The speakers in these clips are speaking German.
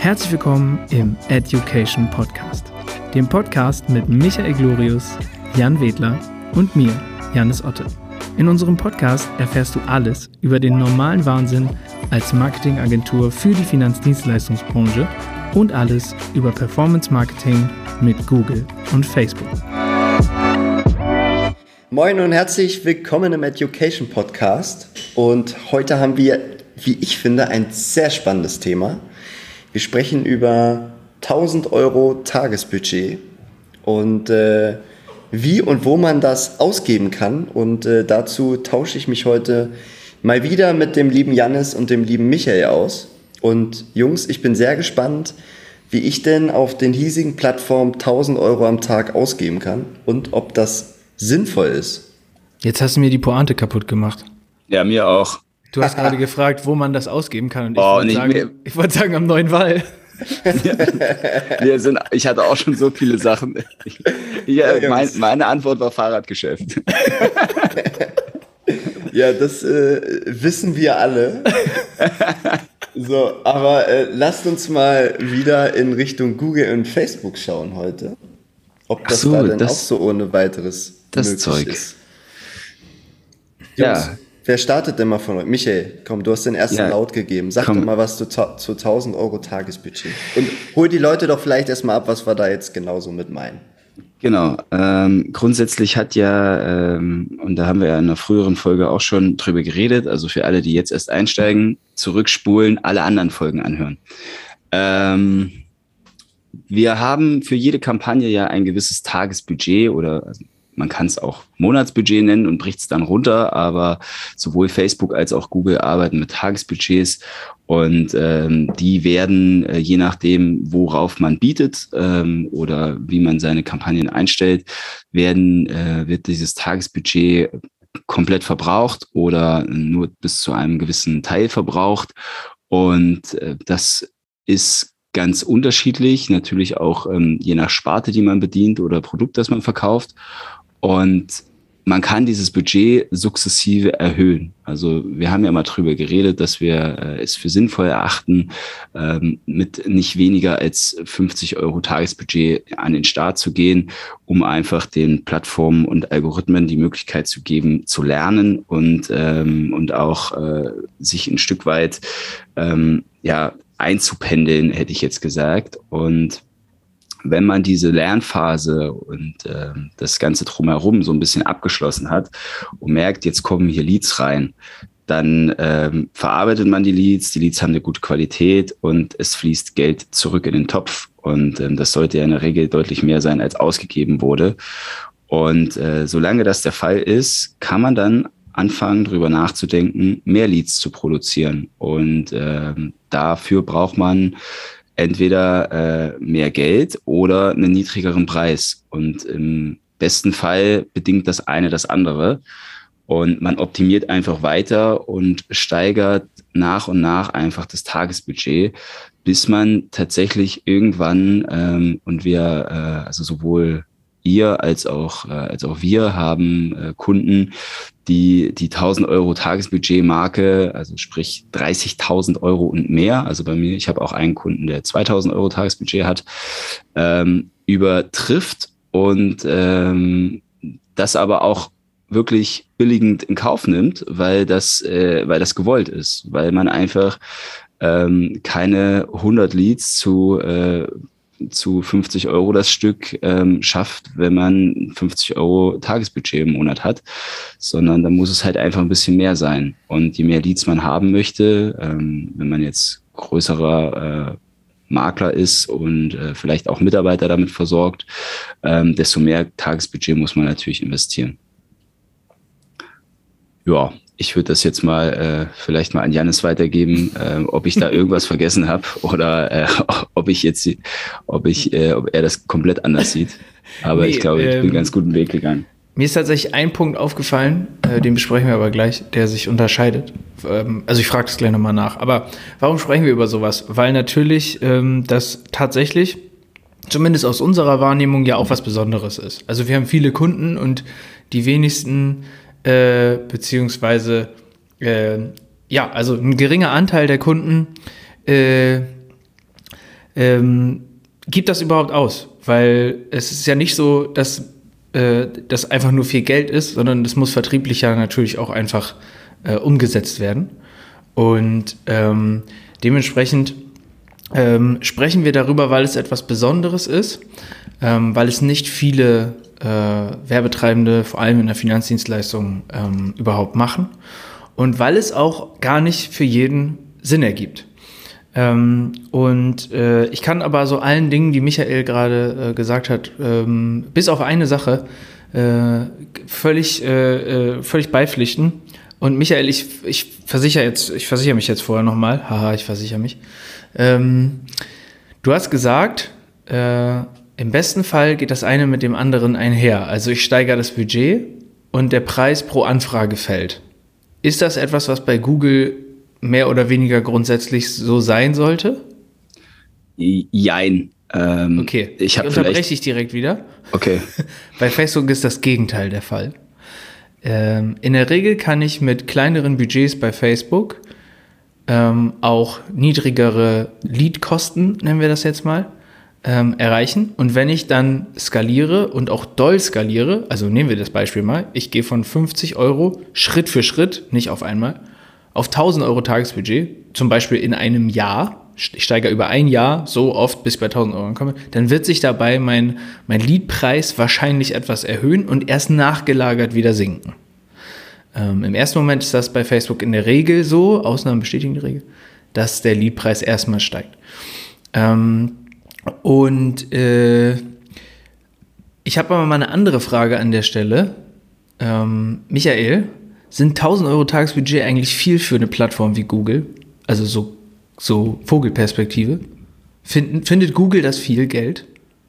Herzlich willkommen im Education Podcast, dem Podcast mit Michael Glorius, Jan Wedler und mir, Janis Otte. In unserem Podcast erfährst du alles über den normalen Wahnsinn als Marketingagentur für die Finanzdienstleistungsbranche und alles über Performance Marketing mit Google und Facebook. Moin und herzlich willkommen im Education Podcast. Und heute haben wir, wie ich finde, ein sehr spannendes Thema. Wir sprechen über 1.000 Euro Tagesbudget und wie und wo man das ausgeben kann. Und dazu tausche ich mich heute mal wieder mit dem lieben Janis und dem lieben Michael aus. Und Jungs, ich bin sehr gespannt, wie ich denn auf den hiesigen Plattformen 1.000 Euro am Tag ausgeben kann und ob das sinnvoll ist. Jetzt hast du mir die Pointe kaputt gemacht. Ja, mir auch. Du hast gerade gefragt, wo man das ausgeben kann. Und ich wollte sagen, am neuen Wall. Ich hatte auch schon so viele Sachen. Meine Antwort war Fahrradgeschäft. Ja, das wissen wir alle. So, aber lasst uns mal wieder in Richtung Google und Facebook schauen heute. Ob das da denn auch so ohne weiteres möglich ist. Jungs, wer startet denn mal von euch? Michael, komm, du hast den ersten Laut gegeben. Sag doch mal was zu 1.000 Euro Tagesbudget. Und hol die Leute doch vielleicht erstmal ab, was wir da jetzt genauso mit meinen. Genau. Grundsätzlich hat und da haben wir ja in einer früheren Folge auch schon drüber geredet, also für alle, die jetzt erst einsteigen, zurückspulen, alle anderen Folgen anhören. Wir haben für jede Kampagne ja ein gewisses Tagesbudget oder man kann es auch Monatsbudget nennen und bricht es dann runter, aber sowohl Facebook als auch Google arbeiten mit Tagesbudgets und die werden, je nachdem, worauf man bietet oder wie man seine Kampagnen einstellt, wird dieses Tagesbudget komplett verbraucht oder nur bis zu einem gewissen Teil verbraucht. Und das ist ganz unterschiedlich, natürlich auch je nach Sparte, die man bedient oder Produkt, das man verkauft. Und man kann dieses Budget sukzessive erhöhen. Also wir haben ja mal drüber geredet, dass wir es für sinnvoll erachten, mit nicht weniger als 50 Euro Tagesbudget an den Start zu gehen, um einfach den Plattformen und Algorithmen die Möglichkeit zu geben, zu lernen und auch sich ein Stück weit einzupendeln, hätte ich jetzt gesagt. Und wenn man diese Lernphase und das Ganze drumherum so ein bisschen abgeschlossen hat und merkt, jetzt kommen hier Leads rein, dann verarbeitet man die Leads haben eine gute Qualität und es fließt Geld zurück in den Topf. Und das sollte ja in der Regel deutlich mehr sein, als ausgegeben wurde. Und solange das der Fall ist, kann man dann anfangen, darüber nachzudenken, mehr Leads zu produzieren. Und dafür braucht man entweder mehr Geld oder einen niedrigeren Preis. Und im besten Fall bedingt das eine das andere. Und man optimiert einfach weiter und steigert nach und nach einfach das Tagesbudget, bis man tatsächlich irgendwann, also sowohl ihr als auch wir haben Kunden, die 1.000 Euro Tagesbudget-Marke, also sprich 30.000 Euro und mehr, also bei mir, ich habe auch einen Kunden, der 2.000 Euro Tagesbudget hat, übertrifft und das aber auch wirklich billigend in Kauf nimmt, weil das gewollt ist, weil man einfach keine 100 Leads zu 50 Euro das Stück schafft, wenn man 50 Euro Tagesbudget im Monat hat, sondern da muss es halt einfach ein bisschen mehr sein. Und je mehr Leads man haben möchte, wenn man jetzt größerer Makler ist und vielleicht auch Mitarbeiter damit versorgt, desto mehr Tagesbudget muss man natürlich investieren. Ja, ich würde das jetzt mal vielleicht mal an Janis weitergeben, ob ich da irgendwas vergessen habe oder ob er das komplett anders sieht. Aber ich glaube, ich bin ganz guten Weg gegangen. Mir ist tatsächlich ein Punkt aufgefallen, den besprechen wir aber gleich, der sich unterscheidet. Also ich frage das gleich nochmal nach. Aber warum sprechen wir über sowas? Weil natürlich das tatsächlich, zumindest aus unserer Wahrnehmung, ja auch was Besonderes ist. Also wir haben viele Kunden und die wenigsten beziehungsweise also ein geringer Anteil der Kunden gibt das überhaupt aus? Weil es ist ja nicht so, dass das einfach nur viel Geld ist, sondern das muss vertrieblich ja natürlich auch einfach umgesetzt werden. Und dementsprechend sprechen wir darüber, weil es etwas Besonderes ist, weil es nicht viele Werbetreibende, vor allem in der Finanzdienstleistung, überhaupt machen und weil es auch gar nicht für jeden Sinn ergibt. Ich kann aber so allen Dingen, die Michael gerade gesagt hat, bis auf eine Sache völlig beipflichten. Und Michael, ich versichere mich jetzt vorher nochmal. Haha, ich versichere mich. Du hast gesagt, im besten Fall geht das eine mit dem anderen einher. Also ich steigere das Budget und der Preis pro Anfrage fällt. Ist das etwas, was bei Google mehr oder weniger grundsätzlich so sein sollte? Jein. Okay, ich unterbreche dich direkt wieder. Okay. Bei Facebook ist das Gegenteil der Fall. In der Regel kann ich mit kleineren Budgets bei Facebook auch niedrigere Lead-Kosten, nennen wir das jetzt mal, erreichen. Und wenn ich dann skaliere und auch doll skaliere, also nehmen wir das Beispiel mal, ich gehe von 50 Euro Schritt für Schritt, nicht auf einmal, auf 1000 Euro Tagesbudget, zum Beispiel in einem Jahr, ich steigere über ein Jahr so oft, bis ich bei 1000 Euro komme, dann wird sich dabei mein Leadpreis wahrscheinlich etwas erhöhen und erst nachgelagert wieder sinken. Im ersten Moment ist das bei Facebook in der Regel so, Ausnahmen bestätigen die Regel, dass der Leadpreis erstmal steigt. Ich habe aber mal eine andere Frage an der Stelle. Michael, sind 1000 Euro Tagesbudget eigentlich viel für eine Plattform wie Google? Also so Vogelperspektive. Findet Google das viel Geld?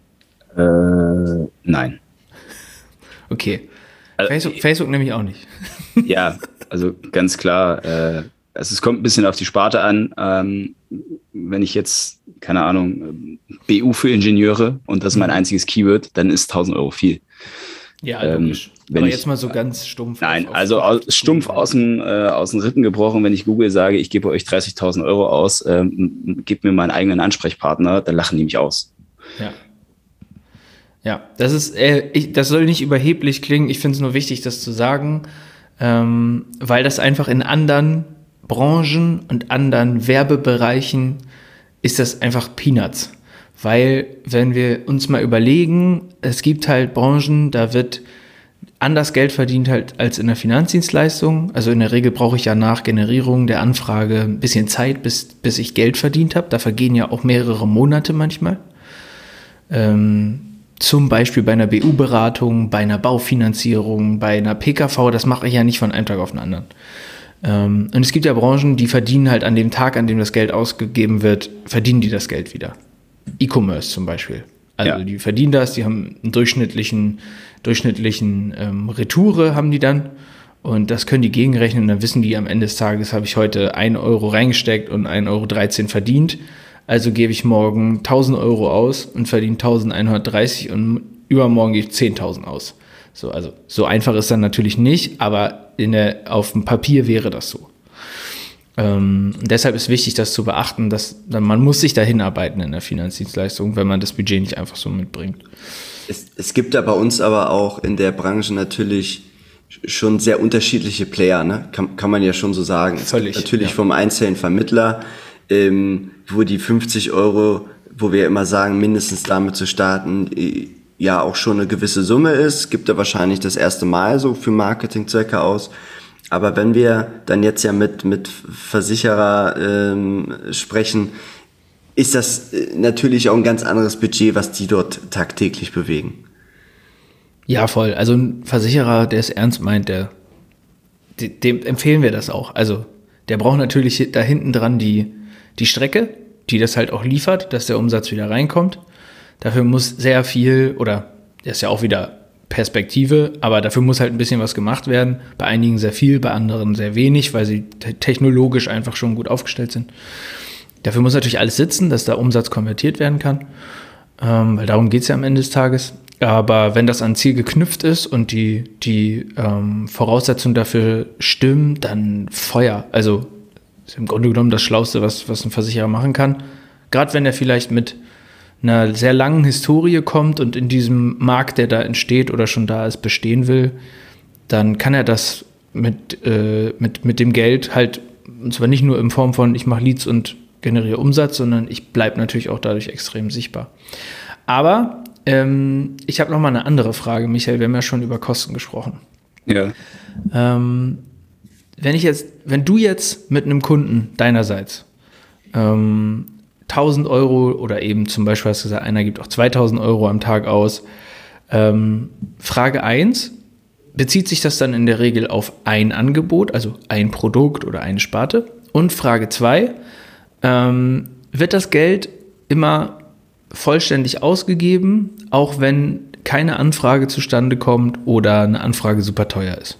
Nein. Okay. Facebook nämlich auch nicht. Ja, also ganz klar. Es kommt ein bisschen auf die Sparte an. Wenn ich jetzt, keine Ahnung, BU für Ingenieure und das ist mein einziges Keyword, dann ist 1000 Euro viel. Ja, logisch. Aber jetzt mal so ganz stumpf. Nein, stumpf aus den Rippen gebrochen, wenn ich Google sage, ich gebe euch 30.000 Euro aus, gebt mir meinen eigenen Ansprechpartner, dann lachen die mich aus. Ja. Ja, das soll nicht überheblich klingen. Ich finde es nur wichtig, das zu sagen, weil das einfach in anderen Branchen und anderen Werbebereichen ist das einfach Peanuts. Weil, wenn wir uns mal überlegen, es gibt halt Branchen, da wird anders Geld verdient halt als in der Finanzdienstleistung. Also in der Regel brauche ich ja nach Generierung der Anfrage ein bisschen Zeit, bis ich Geld verdient habe. Da vergehen ja auch mehrere Monate manchmal. Zum Beispiel bei einer BU-Beratung, bei einer Baufinanzierung, bei einer PKV, das mache ich ja nicht von einem Tag auf den anderen. Und es gibt ja Branchen, die verdienen halt an dem Tag, an dem das Geld ausgegeben wird, verdienen die das Geld wieder. E-Commerce zum Beispiel. Also ja. Die verdienen das, die haben einen durchschnittlichen Retoure haben die dann und das können die gegenrechnen und dann wissen die, am Ende des Tages habe ich heute 1 Euro reingesteckt und 1,13 Euro verdient. Also gebe ich morgen 1000 Euro aus und verdiene 1130 und übermorgen gebe ich 10.000 aus. So einfach ist dann natürlich nicht, aber auf dem Papier wäre das so. Deshalb ist wichtig, das zu beachten, dass man muss sich dahin arbeiten in der Finanzdienstleistung, wenn man das Budget nicht einfach so mitbringt. Es gibt da bei uns aber auch in der Branche natürlich schon sehr unterschiedliche Player, ne? Kann man ja schon so sagen. Völlig, natürlich ja. Vom einzelnen Vermittler, wo die 50 Euro, wo wir immer sagen, mindestens damit zu starten, ja auch schon eine gewisse Summe ist. Gibt da wahrscheinlich das erste Mal so für Marketingzwecke aus. Aber wenn wir dann jetzt ja mit Versicherer sprechen, ist das natürlich auch ein ganz anderes Budget, was die dort tagtäglich bewegen. Ja, voll. Also ein Versicherer, der es ernst meint, dem empfehlen wir das auch. Also der braucht natürlich da hinten dran die Strecke, die das halt auch liefert, dass der Umsatz wieder reinkommt. Dafür muss sehr viel, oder der ist ja auch wieder Perspektive, aber dafür muss halt ein bisschen was gemacht werden. Bei einigen sehr viel, bei anderen sehr wenig, weil sie technologisch einfach schon gut aufgestellt sind. Dafür muss natürlich alles sitzen, dass da Umsatz konvertiert werden kann, weil darum geht es ja am Ende des Tages. Aber wenn das an Ziel geknüpft ist und die Voraussetzungen dafür stimmen, dann Feuer. Also ist im Grunde genommen das Schlauste, was ein Versicherer machen kann. Gerade wenn er vielleicht mit einer sehr langen Historie kommt und in diesem Markt, der da entsteht oder schon da ist, bestehen will, dann kann er das mit dem Geld halt, und zwar nicht nur in Form von, ich mache Leads und generiere Umsatz, sondern ich bleibe natürlich auch dadurch extrem sichtbar. Aber ich habe noch mal eine andere Frage, Michael, wir haben ja schon über Kosten gesprochen. Ja. Wenn du jetzt mit einem Kunden deinerseits 1.000 Euro oder eben zum Beispiel hast du gesagt, einer gibt auch 2.000 Euro am Tag aus. Frage 1, bezieht sich das dann in der Regel auf ein Angebot, also ein Produkt oder eine Sparte? Und Frage 2, wird das Geld immer vollständig ausgegeben, auch wenn keine Anfrage zustande kommt oder eine Anfrage super teuer ist?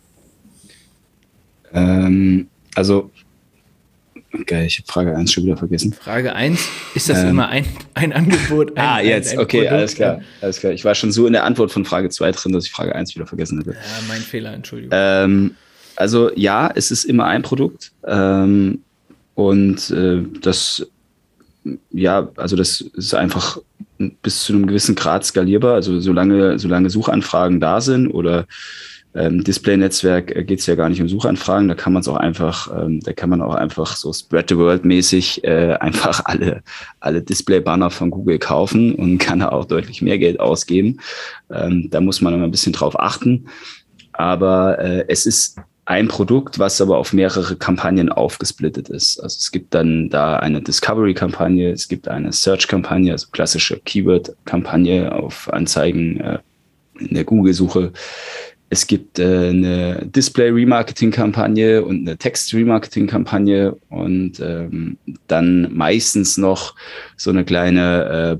Also, geil, ich habe Frage 1 schon wieder vergessen. Frage 1, ist das immer ein Angebot? Jetzt, ein okay, Produkt? alles klar. Ich war schon so in der Antwort von Frage 2 drin, dass ich Frage 1 wieder vergessen hatte. Ja, mein Fehler, Entschuldigung. Also ja, es ist immer ein Produkt das ist einfach bis zu einem gewissen Grad skalierbar. Also solange Suchanfragen da sind oder Display-Netzwerk geht es ja gar nicht um Suchanfragen, da kann man auch einfach so Spread the World mäßig einfach alle Display-Banner von Google kaufen und kann da auch deutlich mehr Geld ausgeben. Da muss man immer ein bisschen drauf achten. Aber es ist ein Produkt, was aber auf mehrere Kampagnen aufgesplittet ist. Also es gibt dann da eine Discovery-Kampagne, es gibt eine Search-Kampagne, also klassische Keyword-Kampagne auf Anzeigen in der Google-Suche. Es gibt eine Display-Remarketing-Kampagne und eine Text-Remarketing-Kampagne und dann meistens noch so eine kleine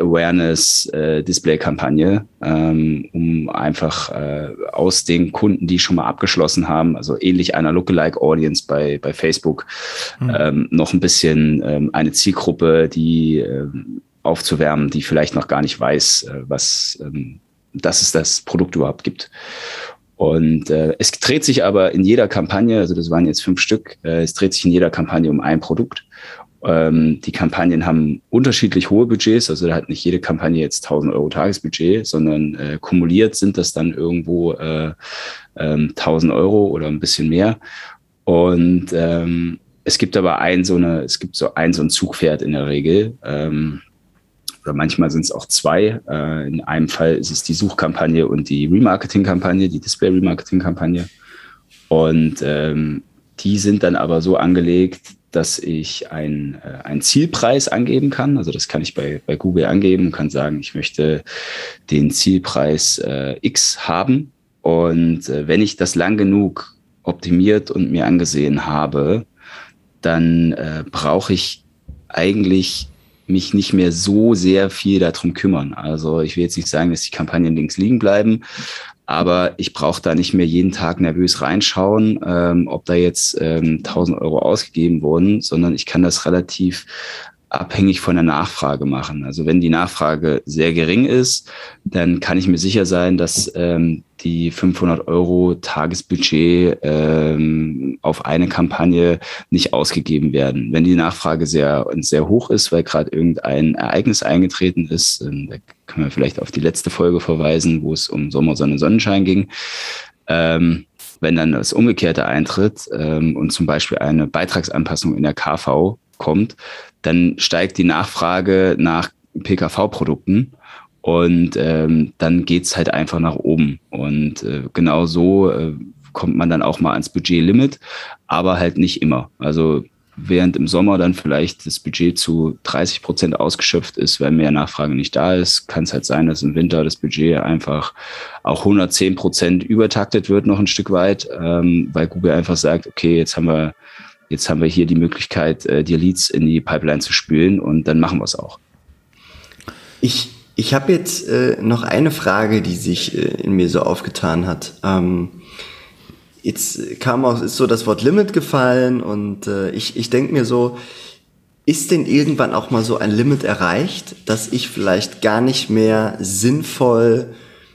Brand-Awareness-Display-Kampagne, um einfach aus den Kunden, die schon mal abgeschlossen haben, also ähnlich einer Lookalike-Audience bei Facebook, noch ein bisschen eine Zielgruppe, die aufzuwärmen, die vielleicht noch gar nicht weiß, dass es das Produkt überhaupt gibt. Und es dreht sich aber in jeder Kampagne, also das waren jetzt 5 Stück, es dreht sich in jeder Kampagne um ein Produkt. Die Kampagnen haben unterschiedlich hohe Budgets, also da hat nicht jede Kampagne jetzt 1.000 Euro Tagesbudget, sondern kumuliert sind das dann irgendwo 1.000 Euro oder ein bisschen mehr. Und es gibt aber so ein Zugpferd in der Regel, oder manchmal sind es auch 2. In einem Fall ist es die Suchkampagne und die Remarketing-Kampagne, die Display-Remarketing-Kampagne. Und die sind dann aber so angelegt, dass ich einen Zielpreis angeben kann. Also das kann ich bei Google angeben und kann sagen, ich möchte den Zielpreis X haben. Und wenn ich das lang genug optimiert und mir angesehen habe, dann brauche ich eigentlich mich nicht mehr so sehr viel darum kümmern. Also ich will jetzt nicht sagen, dass die Kampagnen links liegen bleiben, aber ich brauche da nicht mehr jeden Tag nervös reinschauen, ob da jetzt 1.000 Euro ausgegeben wurden, sondern ich kann das relativ abhängig von der Nachfrage machen. Also wenn die Nachfrage sehr gering ist, dann kann ich mir sicher sein, dass die 500 Euro Tagesbudget auf eine Kampagne nicht ausgegeben werden. Wenn die Nachfrage sehr, sehr hoch ist, weil gerade irgendein Ereignis eingetreten ist, da können wir vielleicht auf die letzte Folge verweisen, wo es um Sommer, Sonne, Sonnenschein ging. Wenn dann das Umgekehrte eintritt und zum Beispiel eine Beitragsanpassung in der KV kommt, dann steigt die Nachfrage nach PKV-Produkten und dann geht's halt einfach nach oben. Und genau so kommt man dann auch mal ans Budgetlimit, aber halt nicht immer. Also während im Sommer dann vielleicht das Budget zu 30% ausgeschöpft ist, weil mehr Nachfrage nicht da ist, kann es halt sein, dass im Winter das Budget einfach auch 110% übertaktet wird, noch ein Stück weit, weil Google einfach sagt, okay, jetzt haben wir hier die Möglichkeit, dir Leads in die Pipeline zu spülen und dann machen wir es auch. Ich habe jetzt noch eine Frage, die sich in mir so aufgetan hat. Jetzt ist so das Wort Limit gefallen und ich denke mir so, ist denn irgendwann auch mal so ein Limit erreicht, dass ich vielleicht gar nicht mehr sinnvoll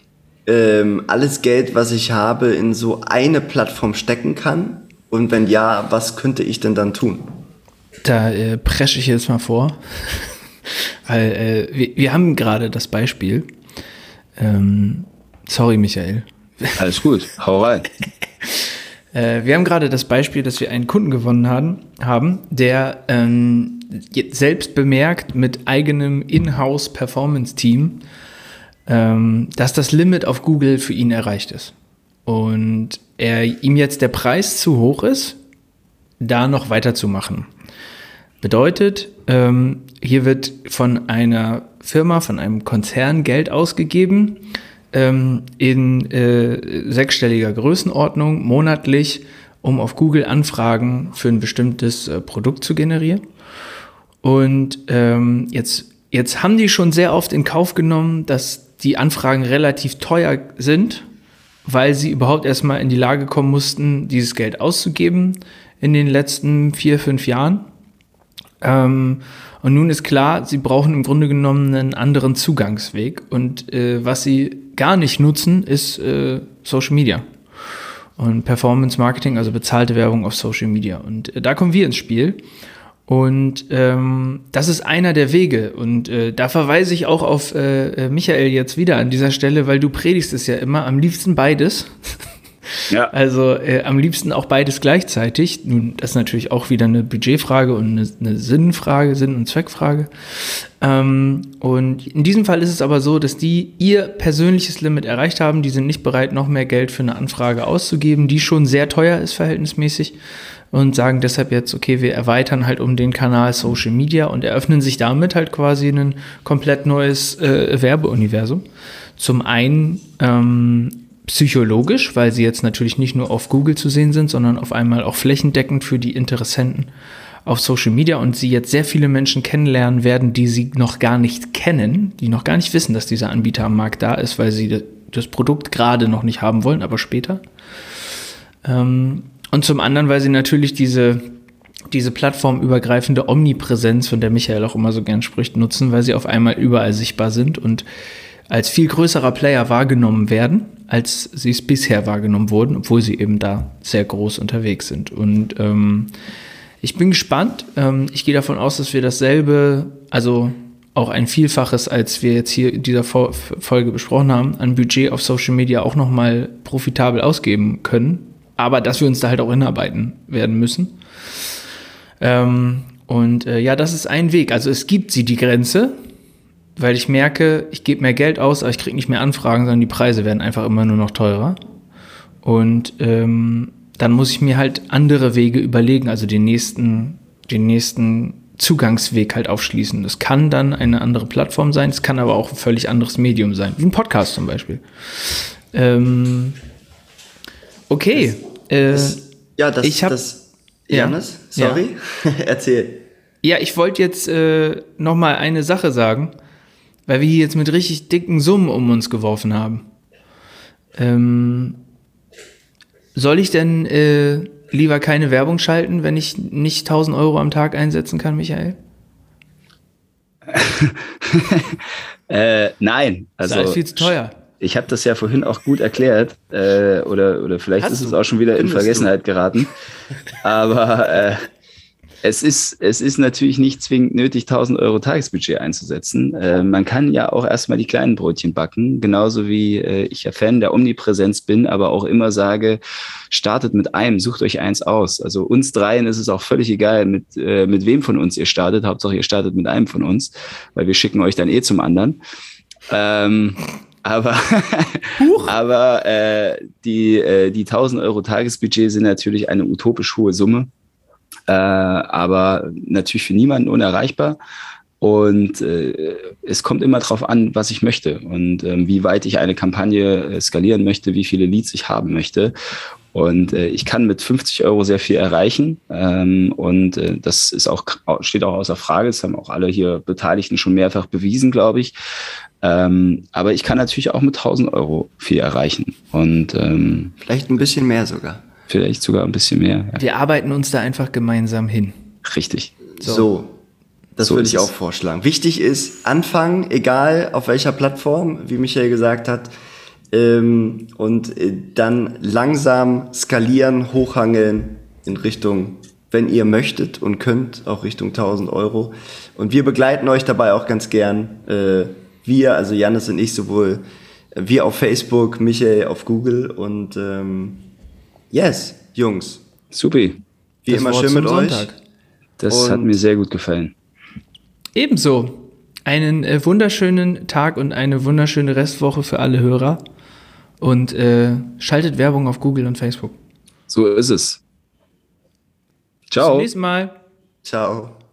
alles Geld, was ich habe, in so eine Plattform stecken kann? Und wenn ja, was könnte ich denn dann tun? Da presche ich jetzt mal vor, weil wir haben gerade das Beispiel. Sorry, Michael. Alles gut, hau rein. Wir haben gerade das Beispiel, dass wir einen Kunden gewonnen haben, der selbst bemerkt mit eigenem Inhouse-Performance-Team, dass das Limit auf Google für ihn erreicht ist. Und ihm jetzt der Preis zu hoch ist, da noch weiterzumachen. Bedeutet, hier wird von einer Firma, von einem Konzern Geld ausgegeben, in sechsstelliger Größenordnung monatlich, um auf Google Anfragen für ein bestimmtes Produkt zu generieren. Und jetzt haben die schon sehr oft in Kauf genommen, dass die Anfragen relativ teuer sind, weil sie überhaupt erstmal in die Lage kommen mussten, dieses Geld auszugeben in den letzten 4-5 Jahren. Und nun ist klar, sie brauchen im Grunde genommen einen anderen Zugangsweg. Und was sie gar nicht nutzen, ist Social Media und Performance Marketing, also bezahlte Werbung auf Social Media. Und da kommen wir ins Spiel. Und das ist einer der Wege. Und da verweise ich auch auf Michael jetzt wieder an dieser Stelle, weil du predigst es ja immer, am liebsten beides. Ja. Also am liebsten auch beides gleichzeitig. Nun, das ist natürlich auch wieder eine Budgetfrage und eine Sinnfrage, Sinn- und Zweckfrage. Und in diesem Fall ist es aber so, dass die ihr persönliches Limit erreicht haben. Die sind nicht bereit, noch mehr Geld für eine Anfrage auszugeben, die schon sehr teuer ist verhältnismäßig. Und sagen deshalb jetzt, okay, wir erweitern halt um den Kanal Social Media und eröffnen sich damit halt quasi ein komplett neues Werbeuniversum. Zum einen psychologisch, weil sie jetzt natürlich nicht nur auf Google zu sehen sind, sondern auf einmal auch flächendeckend für die Interessenten auf Social Media und sie jetzt sehr viele Menschen kennenlernen werden, die sie noch gar nicht kennen, die noch gar nicht wissen, dass dieser Anbieter am Markt da ist, weil sie das Produkt gerade noch nicht haben wollen, aber später. Und zum anderen, weil sie natürlich diese plattformübergreifende Omnipräsenz, von der Michael auch immer so gern spricht, nutzen, weil sie auf einmal überall sichtbar sind und als viel größerer Player wahrgenommen werden, als sie es bisher wahrgenommen wurden, obwohl sie eben da sehr groß unterwegs sind. Und ich bin gespannt. Ich gehe davon aus, dass wir dasselbe, also auch ein Vielfaches, als wir jetzt hier in dieser Folge besprochen haben, an Budget auf Social Media auch nochmal profitabel ausgeben können. Aber dass wir uns da halt auch hinarbeiten werden müssen. Ja, das ist ein Weg. Also es gibt die Grenze, weil ich merke, ich gebe mehr Geld aus, aber ich kriege nicht mehr Anfragen, sondern die Preise werden einfach immer nur noch teurer. Und dann muss ich mir halt andere Wege überlegen, also den nächsten Zugangsweg halt aufschließen. Das kann dann eine andere Plattform sein, es kann aber auch ein völlig anderes Medium sein, wie ein Podcast zum Beispiel. Okay. Janis, sorry, ja. Erzähl. Ja, ich wollte jetzt noch mal eine Sache sagen, weil wir hier jetzt mit richtig dicken Summen um uns geworfen haben. Soll ich denn lieber keine Werbung schalten, wenn ich nicht 1.000 Euro am Tag einsetzen kann, Michael? Nein. Also, das ist viel zu teuer. Ich habe das ja vorhin auch gut erklärt, oder vielleicht ist es auch schon wieder in Vergessenheit geraten. Aber es ist natürlich nicht zwingend nötig, 1.000 Euro Tagesbudget einzusetzen. Man kann ja auch erstmal die kleinen Brötchen backen, genauso wie ich ja Fan der Omnipräsenz bin, aber auch immer sage, startet mit einem, sucht euch eins aus. Also uns dreien ist es auch völlig egal, mit wem von uns ihr startet. Hauptsache ihr startet mit einem von uns, weil wir schicken euch dann zum anderen. Aber die 1.000 Euro Tagesbudget sind natürlich eine utopisch hohe Summe. Aber natürlich für niemanden unerreichbar. Und es kommt immer darauf an, was ich möchte und wie weit ich eine Kampagne skalieren möchte, wie viele Leads ich haben möchte. Und ich kann mit 50 Euro sehr viel erreichen. Das steht auch außer Frage. Das haben auch alle hier Beteiligten schon mehrfach bewiesen, glaube ich. Aber ich kann natürlich auch mit 1.000 Euro viel erreichen. Und vielleicht ein bisschen mehr sogar. Vielleicht sogar ein bisschen mehr. Ja. Wir arbeiten uns da einfach gemeinsam hin. Richtig. So, das würde ich auch vorschlagen. Wichtig ist, anfangen, egal auf welcher Plattform, wie Michael gesagt hat, und dann langsam skalieren, hochhangeln in Richtung wenn ihr möchtet und könnt, auch Richtung 1.000 Euro. Und wir begleiten euch dabei auch ganz gern. Wir, also Jannis und ich, sowohl wir auf Facebook, Michael auf Google und yes, Jungs. Supi. Wie immer schön mit euch. Das hat mir sehr gut gefallen. Ebenso. Einen wunderschönen Tag und eine wunderschöne Restwoche für alle Hörer. Und schaltet Werbung auf Google und Facebook. So ist es. Ciao. Bis zum nächsten Mal. Ciao.